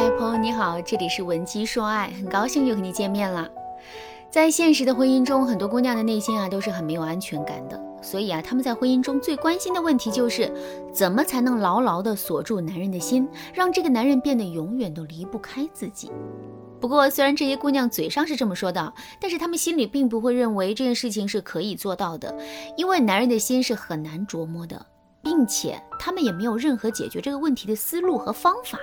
嗨，朋友你好，这里是文姬说爱，很高兴又和你见面了。在现实的婚姻中，很多姑娘的内心都是很没有安全感的，所以她们在婚姻中最关心的问题就是怎么才能牢牢地锁住男人的心，让这个男人变得永远都离不开自己。不过虽然这些姑娘嘴上是这么说的，但是她们心里并不会认为这件事情是可以做到的，因为男人的心是很难琢磨的，并且她们也没有任何解决这个问题的思路和方法。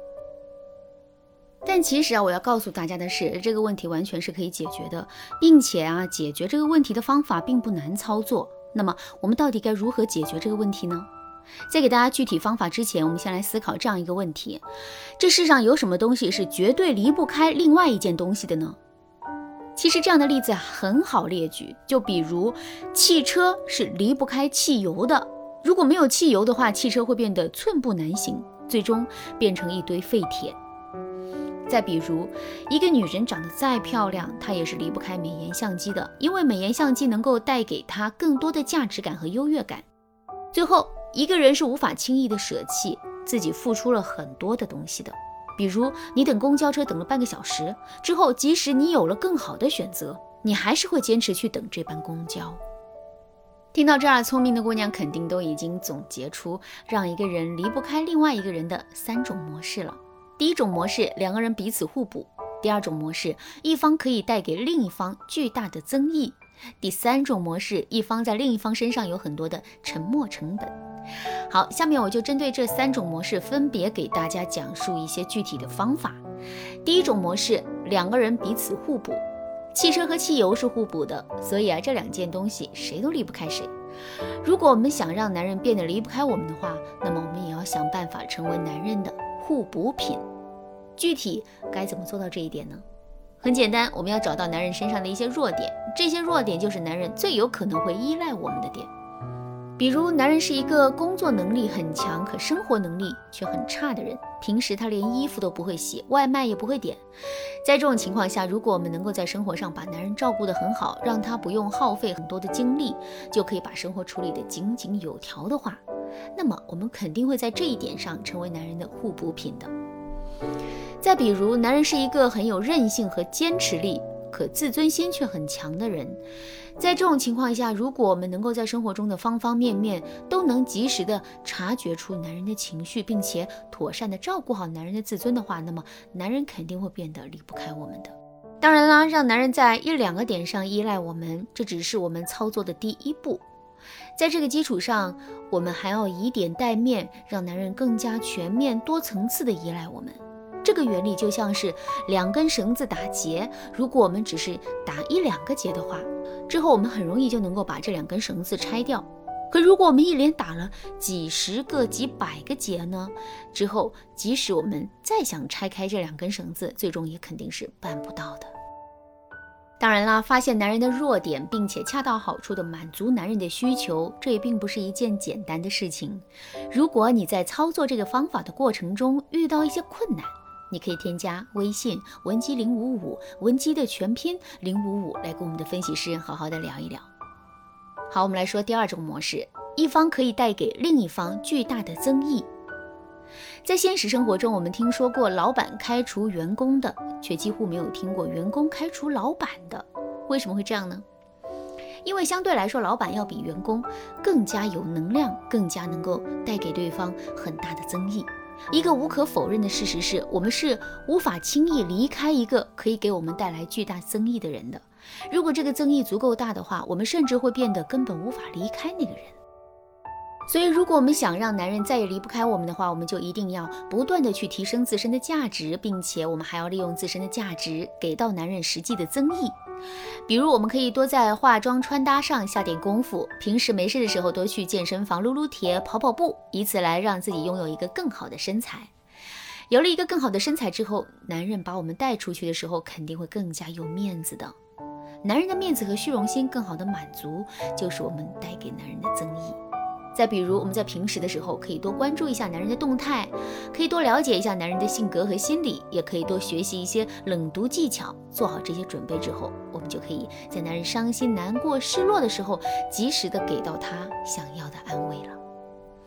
但其实我要告诉大家的是，这个问题完全是可以解决的，并且解决这个问题的方法并不难操作。那么我们到底该如何解决这个问题呢？在给大家具体方法之前，我们先来思考这样一个问题：这世上有什么东西是绝对离不开另外一件东西的呢？其实这样的例子很好列举，就比如汽车是离不开汽油的，如果没有汽油的话，汽车会变得寸步难行，最终变成一堆废铁。再比如，一个女人长得再漂亮，她也是离不开美颜相机的，因为美颜相机能够带给她更多的价值感和优越感。最后，一个人是无法轻易的舍弃自己付出了很多的东西的，比如你等公交车等了半个小时之后，即使你有了更好的选择，你还是会坚持去等这班公交。听到这儿，聪明的姑娘肯定都已经总结出让一个人离不开另外一个人的3种模式了。第一种模式，两个人彼此互补；第二种模式，一方可以带给另一方巨大的增益；第三种模式，一方在另一方身上有很多的沉没成本。好，下面我就针对这3种模式分别给大家讲述一些具体的方法。第一种模式，两个人彼此互补。汽车和汽油是互补的，所以这2件东西谁都离不开谁。如果我们想让男人变得离不开我们的话，那么我们也要想办法成为男人的互补品。具体该怎么做到这一点呢？很简单，我们要找到男人身上的一些弱点，这些弱点就是男人最有可能会依赖我们的点。比如，男人是一个工作能力很强，可生活能力却很差的人，平时他连衣服都不会洗，外卖也不会点。在这种情况下，如果我们能够在生活上把男人照顾得很好，让他不用耗费很多的精力，就可以把生活处理得井井有条的话，那么我们肯定会在这一点上成为男人的互补品的。再比如，男人是一个很有韧性和坚持力，可自尊心却很强的人。在这种情况下，如果我们能够在生活中的方方面面都能及时的察觉出男人的情绪，并且妥善的照顾好男人的自尊的话，那么男人肯定会变得离不开我们的。当然啦，让男人在1-2个点上依赖我们，这只是我们操作的第一步。在这个基础上，我们还要以点带面，让男人更加全面多层次的依赖我们。这个原理就像是2根绳子打结，如果我们只是打1-2个结的话，之后我们很容易就能够把这2根绳子拆掉。可如果我们一连打了几十个几百个结呢，之后即使我们再想拆开这2根绳子，最终也肯定是办不到的。当然啦，发现男人的弱点，并且恰到好处地满足男人的需求，这也并不是一件简单的事情。如果你在操作这个方法的过程中遇到一些困难，你可以添加微信文姬055，文姬的全拼055，来跟我们的分析师好好的聊一聊。好，我们来说第2种模式，一方可以带给另一方巨大的增益。在现实生活中，我们听说过老板开除员工的，却几乎没有听过员工开除老板的。为什么会这样呢？因为相对来说，老板要比员工更加有能量，更加能够带给对方很大的增益。一个无可否认的事实是，我们是无法轻易离开一个可以给我们带来巨大增益的人的。如果这个增益足够大的话，我们甚至会变得根本无法离开那个人。所以如果我们想让男人再也离不开我们的话，我们就一定要不断的去提升自身的价值，并且我们还要利用自身的价值给到男人实际的增益。比如我们可以多在化妆穿搭上下点功夫，平时没事的时候多去健身房撸撸铁跑跑步，以此来让自己拥有一个更好的身材。有了一个更好的身材之后，男人把我们带出去的时候肯定会更加有面子的。男人的面子和虚荣心更好的满足，就是我们带给男人的增益。再比如我们在平时的时候可以多关注一下男人的动态，可以多了解一下男人的性格和心理，也可以多学习一些冷读技巧。做好这些准备之后，我们就可以在男人伤心难过失落的时候及时的给到他想要的安慰了。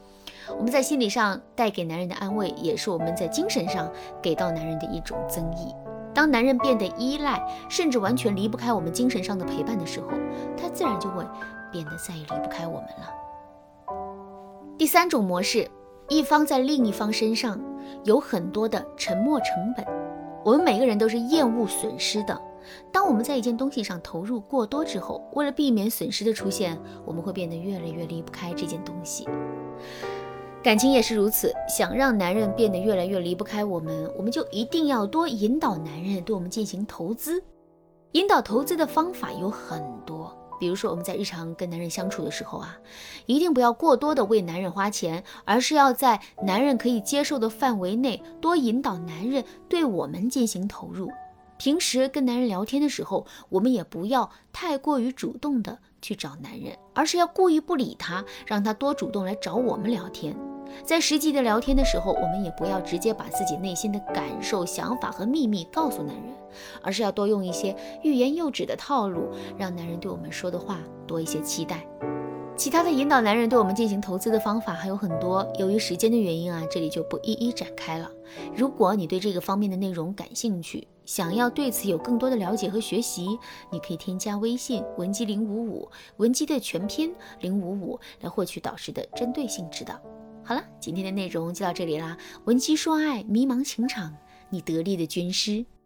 我们在心理上带给男人的安慰，也是我们在精神上给到男人的一种增益。当男人变得依赖，甚至完全离不开我们精神上的陪伴的时候，他自然就会变得再也离不开我们了。第三种模式，一方在另一方身上有很多的沉没成本。我们每个人都是厌恶损失的，当我们在一件东西上投入过多之后，为了避免损失的出现，我们会变得越来越离不开这件东西。感情也是如此，想让男人变得越来越离不开我们，我们就一定要多引导男人对我们进行投资。引导投资的方法有很多，比如说我们在日常跟男人相处的时候啊，一定不要过多的为男人花钱，而是要在男人可以接受的范围内多引导男人对我们进行投入。平时跟男人聊天的时候，我们也不要太过于主动的去找男人，而是要故意不理他，让他多主动来找我们聊天。在实际的聊天的时候，我们也不要直接把自己内心的感受、想法和秘密告诉男人，而是要多用一些欲言又止的套路，让男人对我们说的话多一些期待。其他的引导男人对我们进行投资的方法还有很多，由于时间的原因啊，这里就不一一展开了。如果你对这个方面的内容感兴趣，想要对此有更多的了解和学习，你可以添加微信文姬055，文姬的全拼055，来获取导师的针对性指导。好了，今天的内容就到这里啦。文姬说爱，迷茫情场，你得力的军师。